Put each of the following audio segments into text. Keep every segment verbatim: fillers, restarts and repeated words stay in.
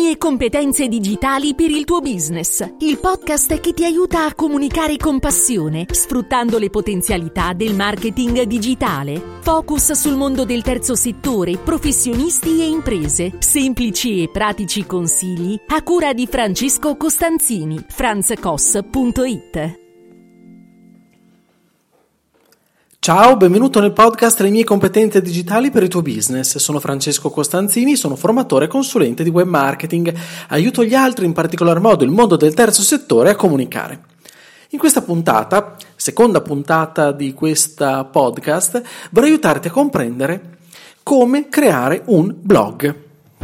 mie competenze digitali per il tuo business. Il podcast che ti aiuta a comunicare con passione, sfruttando le potenzialità del marketing digitale. Focus sul mondo del terzo settore, professionisti e imprese. Semplici e pratici consigli a cura di Francesco Costanzini. franz cos punto it. Ciao, benvenuto nel podcast Le mie competenze digitali per il tuo business. Sono Francesco Costanzini, sono formatore e consulente di web marketing. Aiuto gli altri, in particolar modo il mondo del terzo settore, a comunicare. In questa puntata, seconda puntata di questa podcast, vorrei aiutarti a comprendere come creare un blog.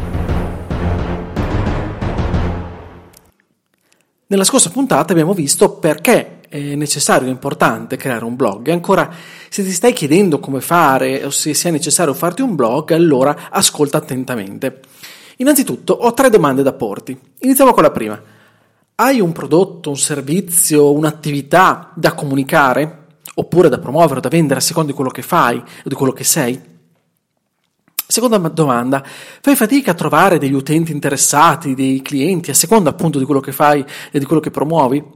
Nella scorsa puntata abbiamo visto perché è necessario e importante creare un blog. E ancora, se ti stai chiedendo come fare o se sia necessario farti un blog, allora ascolta attentamente. Innanzitutto ho tre domande da porti. Iniziamo con la prima. Hai un prodotto, un servizio, un'attività da comunicare oppure da promuovere o da vendere a seconda di quello che fai o di quello che sei? Seconda domanda, fai fatica a trovare degli utenti interessati, dei clienti, a seconda appunto di quello che fai e di quello che promuovi?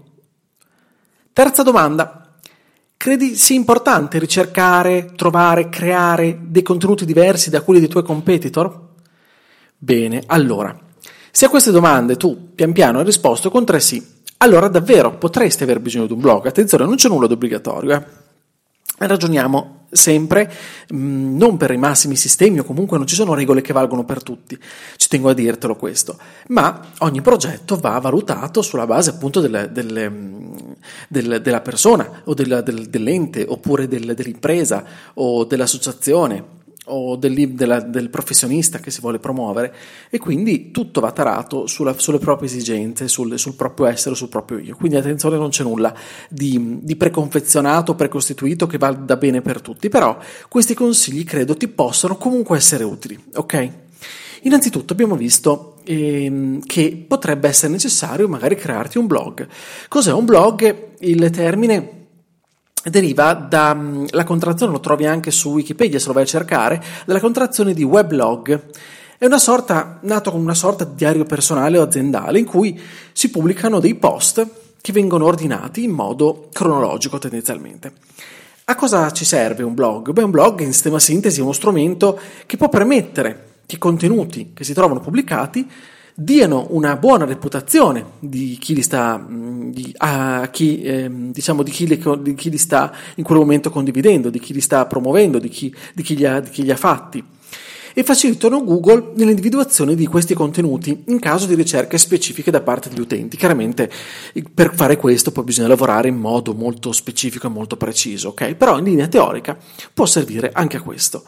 Terza domanda, credi sia importante ricercare, trovare, creare dei contenuti diversi da quelli dei tuoi competitor? Bene, allora, se a queste domande tu pian piano hai risposto con tre sì, allora davvero potresti aver bisogno di un blog. Attenzione, non c'è nulla di obbligatorio, eh. Ragioniamo sempre mh, non per i massimi sistemi, o comunque non ci sono regole che valgono per tutti, ci tengo a dirtelo questo, ma ogni progetto va valutato sulla base appunto delle, delle, del, della persona o della, del, dell'ente oppure del, dell'impresa o dell'associazione o del, della, del professionista che si vuole promuovere, e quindi tutto va tarato sulla, sulle proprie esigenze, sul, sul proprio essere, sul proprio io. Quindi attenzione, non c'è nulla di, di preconfezionato, precostituito che vada bene per tutti, però questi consigli credo ti possano comunque essere utili, ok? Innanzitutto abbiamo visto ehm, che potrebbe essere necessario magari crearti un blog. Cos'è un blog? Il termine deriva dalla contrazione, lo trovi anche su Wikipedia se lo vai a cercare, dalla contrazione di weblog. È una sorta, nato come una sorta di diario personale o aziendale in cui si pubblicano dei post che vengono ordinati in modo cronologico tendenzialmente. A cosa ci serve un blog? Beh, un blog in estrema sintesi è uno strumento che può permettere che i contenuti che si trovano pubblicati diano una buona reputazione di chi li sta di, a chi eh, diciamo di chi, li, di chi li sta in quel momento condividendo, di chi li sta promuovendo, di chi, di chi, li, ha, di chi li ha fatti, e facilitano Google nell'individuazione di questi contenuti in caso di ricerche specifiche da parte degli utenti. Chiaramente per fare questo poi bisogna lavorare in modo molto specifico e molto preciso, ok? Però in linea teorica può servire anche a questo.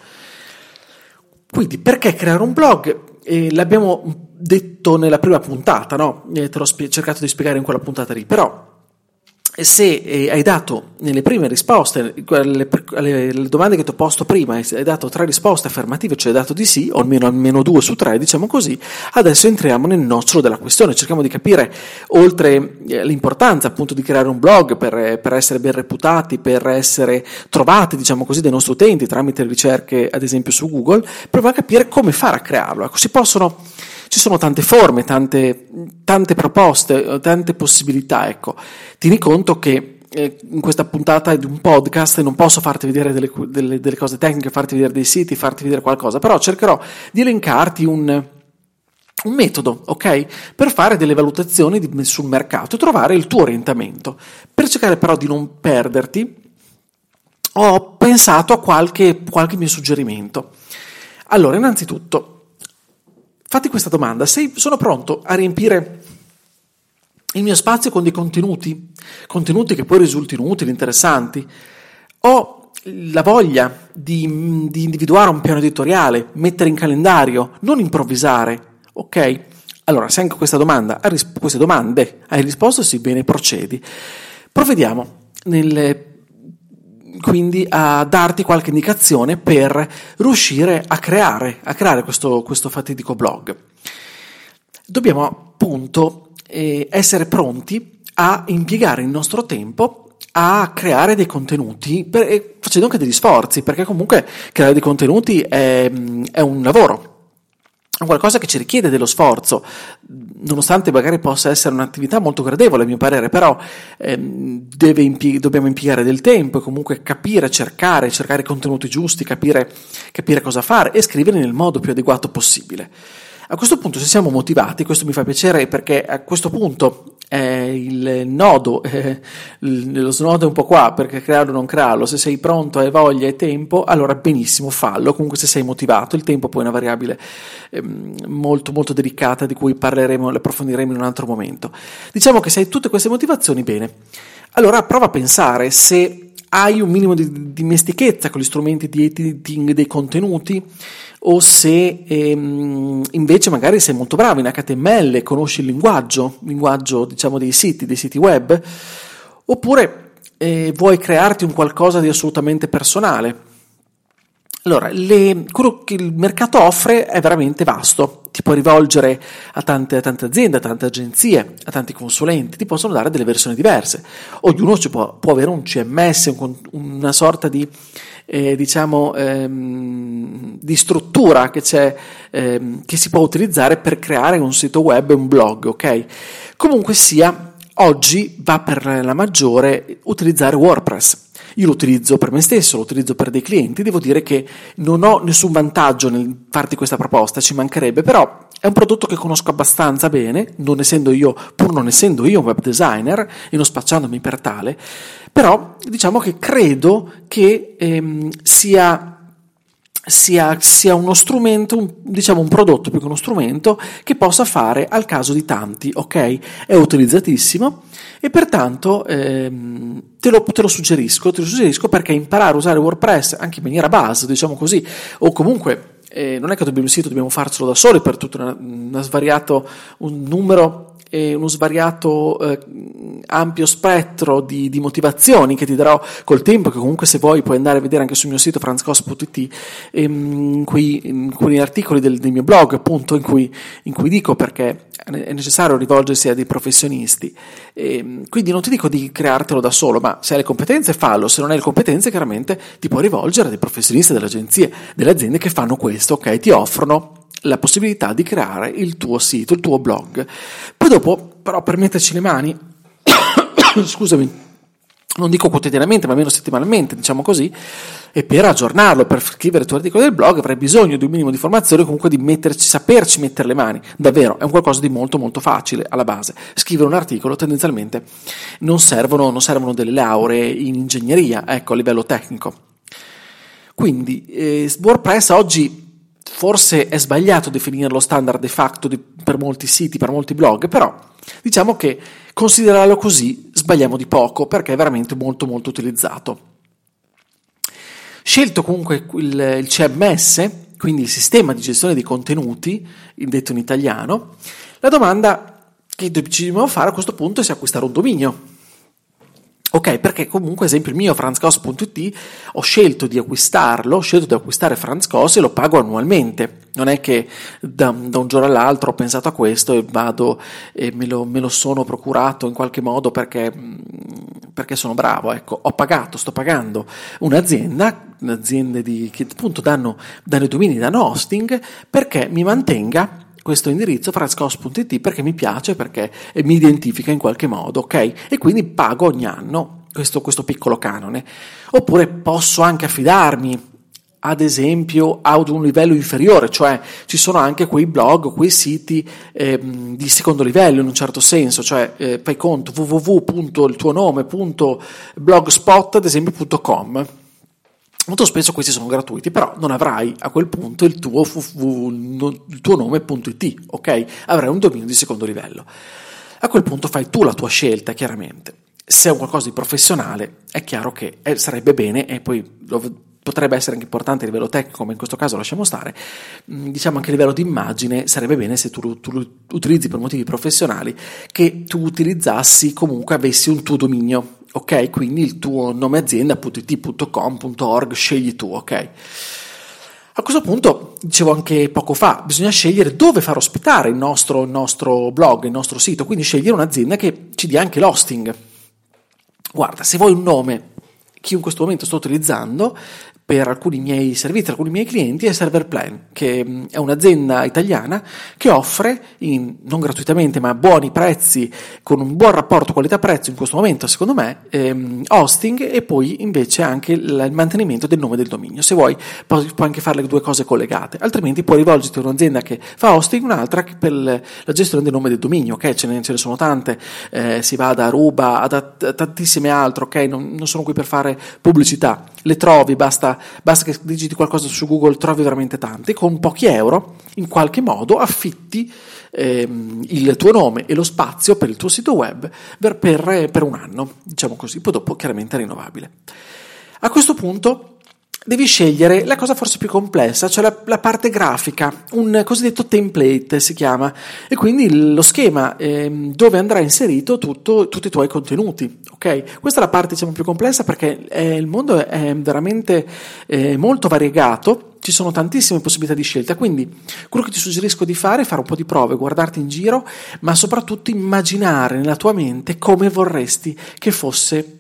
Quindi perché creare un blog? Eh, l'abbiamo detto nella prima puntata, no? Eh, te l'ho spie- cercato di spiegare in quella puntata lì, però se eh, hai dato nelle prime risposte, alle, alle, alle domande che ti ho posto prima, hai dato tre risposte affermative, cioè hai dato di sì, o almeno almeno due su tre, diciamo così, adesso entriamo nel nocciolo della questione, cerchiamo di capire, oltre eh, l'importanza appunto di creare un blog per, per essere ben reputati, per essere trovati, diciamo così, dai nostri utenti tramite ricerche, ad esempio su Google, provare a capire come fare a crearlo. Ecco, si possono... Ci sono tante forme, tante, tante proposte, tante possibilità, ecco. Tieni conto che eh, in questa puntata di un podcast non posso farti vedere delle, delle, delle cose tecniche, farti vedere dei siti, farti vedere qualcosa, però cercherò di elencarti un, un metodo, ok? Per fare delle valutazioni di, sul mercato e trovare il tuo orientamento. Per cercare però di non perderti, ho pensato a qualche, qualche mio suggerimento. Allora, innanzitutto, fatti questa domanda: sei, sono pronto a riempire il mio spazio con dei contenuti, contenuti che poi risultino utili, interessanti? Ho la voglia di, di individuare un piano editoriale, mettere in calendario, non improvvisare, ok? Allora, se anche questa domanda, a ris- queste domande hai risposto sì, bene, procedi. Provvediamo nelle quindi a darti qualche indicazione per riuscire a creare, a creare questo, questo fatidico blog. Dobbiamo appunto eh, essere pronti a impiegare il nostro tempo a creare dei contenuti, per, eh, facendo anche degli sforzi, perché comunque creare dei contenuti è, è un lavoro. è qualcosa che ci richiede dello sforzo, nonostante magari possa essere un'attività molto gradevole a mio parere, però ehm, deve impie- dobbiamo impiegare del tempo e comunque capire, cercare, cercare i contenuti giusti, capire, capire cosa fare e scrivere nel modo più adeguato possibile. A questo punto, se siamo motivati, questo mi fa piacere perché a questo punto eh, il nodo, eh, lo snodo è un po' qua, perché crearlo o non crearlo, se sei pronto, hai voglia e tempo, allora benissimo, fallo, comunque se sei motivato. Il tempo poi è una variabile eh, molto molto delicata di cui parleremo e approfondiremo in un altro momento. Diciamo che se hai tutte queste motivazioni, bene, allora prova a pensare se hai un minimo di dimestichezza con gli strumenti di editing dei contenuti, o se ehm, invece magari sei molto bravo in H T M L, conosci il linguaggio, linguaggio diciamo dei siti, dei siti web, oppure eh, vuoi crearti un qualcosa di assolutamente personale. Allora, le, quello che il mercato offre è veramente vasto, ti puoi rivolgere a tante, a tante aziende, a tante agenzie, a tanti consulenti, ti possono dare delle versioni diverse, ognuno ci può, può avere un C M S, un, una sorta di eh, diciamo ehm, di struttura che c'è, ehm, che si può utilizzare per creare un sito web e un blog, ok? Comunque sia, oggi va per la maggiore utilizzare WordPress. Io lo utilizzo per me stesso, lo utilizzo per dei clienti, devo dire che non ho nessun vantaggio nel farti questa proposta, ci mancherebbe, però è un prodotto che conosco abbastanza bene, non essendo io, pur non essendo io un web designer e non spacciandomi per tale, però diciamo che credo che ehm, sia... Sia, sia uno strumento, un, diciamo un prodotto più che uno strumento che possa fare al caso di tanti, ok? È utilizzatissimo e pertanto ehm, te, lo, te lo suggerisco, te lo suggerisco perché imparare a usare WordPress anche in maniera base, diciamo così, o comunque eh, non è che dobbiamo il sito, dobbiamo farcelo da soli per tutto una, una svariato, un numero e uno svariato eh, ampio spettro di, di motivazioni che ti darò col tempo, che comunque se vuoi puoi andare a vedere anche sul mio sito franz cos punto it, ehm, in cui in alcuni articoli del, del mio blog appunto in cui, in cui dico perché è necessario rivolgersi a dei professionisti, e quindi non ti dico di creartelo da solo, ma se hai le competenze fallo, se non hai le competenze chiaramente ti puoi rivolgere a dei professionisti delle agenzie, delle aziende che fanno questo, ok? Ti offrono la possibilità di creare il tuo sito, il tuo blog. Poi dopo, però, per metterci le mani, scusami, non dico quotidianamente, ma almeno settimanalmente, diciamo così, e per aggiornarlo, per scrivere il tuo articolo del blog, avrai bisogno di un minimo di formazione, comunque di metterci, saperci mettere le mani. Davvero, è un qualcosa di molto molto facile alla base. Scrivere un articolo tendenzialmente non servono, non servono delle lauree in ingegneria, ecco, a livello tecnico. Quindi, eh, WordPress oggi forse è sbagliato definirlo standard de facto di, per molti siti, per molti blog, però diciamo che considerarlo così sbagliamo di poco perché è veramente molto molto utilizzato. Scelto comunque il, il C M S, quindi il sistema di gestione dei contenuti, detto in italiano, la domanda che ci dobbiamo fare a questo punto è se acquistare un dominio. Ok, perché comunque, esempio, il mio franz cos punto it ho scelto di acquistarlo, ho scelto di acquistare Franz Cos e lo pago annualmente. Non è che da, da un giorno all'altro ho pensato a questo e vado e me lo, me lo sono procurato in qualche modo perché, perché sono bravo. Ecco, ho pagato, sto pagando un'azienda, un'azienda di, che appunto danno, danno i domini, danno hosting, perché mi mantenga questo indirizzo franz cos punto it perché mi piace, perché mi identifica in qualche modo, ok? E quindi pago ogni anno questo, questo piccolo canone. Oppure posso anche affidarmi, ad esempio, ad un livello inferiore, cioè ci sono anche quei blog, quei siti eh, di secondo livello in un certo senso, cioè eh, fai conto w w w punto il tuo nome punto blogspot ad esempio punto com. Molto spesso questi sono gratuiti, però non avrai a quel punto il tuo, il tuo nome.it, ok? Avrai un dominio di secondo livello. A quel punto fai tu la tua scelta, chiaramente. Se è un qualcosa di professionale, è chiaro che eh, sarebbe bene, e poi lo, potrebbe essere anche importante a livello tecnico, ma in questo caso lasciamo stare, mh, diciamo anche a livello di immagine, sarebbe bene se tu, tu lo utilizzi per motivi professionali, che tu utilizzassi, comunque avessi un tuo dominio. Ok, quindi il tuo nome azienda .it, .com, .org, scegli tu, ok? A questo punto, dicevo anche poco fa, bisogna scegliere dove far ospitare il nostro, il nostro blog, il nostro sito, quindi scegliere un'azienda che ci dia anche l'hosting. Guarda, se vuoi un nome che io in questo momento sto utilizzando, per alcuni miei servizi, alcuni miei clienti, è Serverplan, che è un'azienda italiana che offre, in, non gratuitamente ma a buoni prezzi, con un buon rapporto qualità-prezzo in questo momento secondo me, ehm, hosting e poi invece anche il, il mantenimento del nome del dominio. Se vuoi puoi, puoi anche fare le due cose collegate, altrimenti puoi rivolgerti a un'azienda che fa hosting, un'altra che per la gestione del nome del dominio, ok? Ce ne, ce ne sono tante, eh, si va da Aruba a, a, a tantissime altre, ok? Non, non sono qui per fare pubblicità, le trovi, basta, basta che digiti qualcosa su Google, trovi veramente tante, con pochi euro in qualche modo affitti ehm, il tuo nome e lo spazio per il tuo sito web per, per, per un anno, diciamo così, poi dopo chiaramente è rinnovabile. A questo punto devi scegliere la cosa forse più complessa, cioè la, la parte grafica, un cosiddetto template si chiama, e quindi lo schema eh, dove andrà inserito tutto, tutti i tuoi contenuti, ok? Questa è la parte diciamo più complessa perché eh, il mondo è veramente eh, molto variegato, ci sono tantissime possibilità di scelta, quindi quello che ti suggerisco di fare è fare un po' di prove, guardarti in giro, ma soprattutto immaginare nella tua mente come vorresti che fosse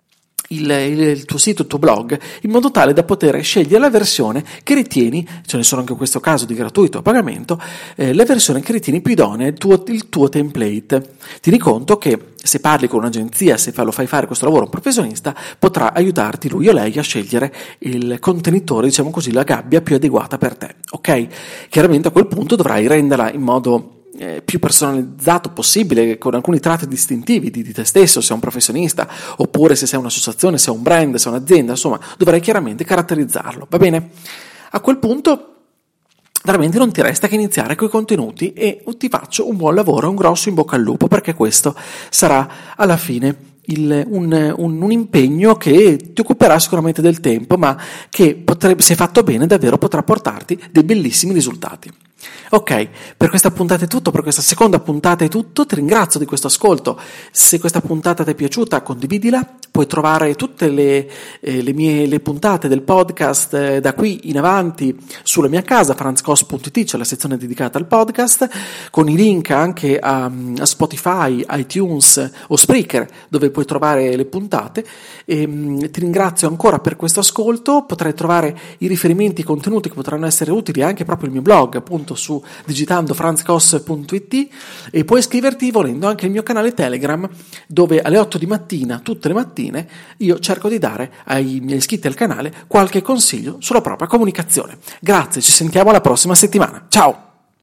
Il, il, il tuo sito, il tuo blog, in modo tale da poter scegliere la versione che ritieni, ce ne sono anche in questo caso di gratuito a pagamento, eh, la versione che ritieni più idonea, il tuo, il tuo template. Tieni conto che se parli con un'agenzia, se lo fai fare questo lavoro a un professionista, potrà aiutarti lui o lei a scegliere il contenitore, diciamo così, la gabbia più adeguata per te, ok? Chiaramente a quel punto dovrai renderla in modo Eh, più personalizzato possibile, con alcuni tratti distintivi di, di te stesso, se sei un professionista, oppure se sei un'associazione, se sei un brand, se sei un'azienda, insomma, dovrai chiaramente caratterizzarlo, va bene? A quel punto veramente non ti resta che iniziare coi contenuti e ti faccio un buon lavoro, un grosso in bocca al lupo, perché questo sarà alla fine Il, un, un, un impegno che ti occuperà sicuramente del tempo, ma che potrebbe, se fatto bene, davvero potrà portarti dei bellissimi risultati. Ok, per questa puntata è tutto, per questa seconda puntata è tutto, ti ringrazio di questo ascolto. Se questa puntata ti è piaciuta, condividila, puoi trovare tutte le, eh, le mie le puntate del podcast eh, da qui in avanti sulla mia casa, franz cos punto it, c'è la sezione dedicata al podcast, con i link anche a, a Spotify, iTunes o Spreaker, dove puoi trovare le puntate. E, mh, ti ringrazio ancora per questo ascolto, potrai trovare i riferimenti, i contenuti che potranno essere utili anche proprio il mio blog, appunto su digitando franz cos punto it, e puoi iscriverti volendo anche al mio canale Telegram, dove alle otto di mattina, tutte le mattine, io cerco di dare ai miei iscritti al canale qualche consiglio sulla propria comunicazione. Grazie, ci sentiamo la prossima settimana. Ciao!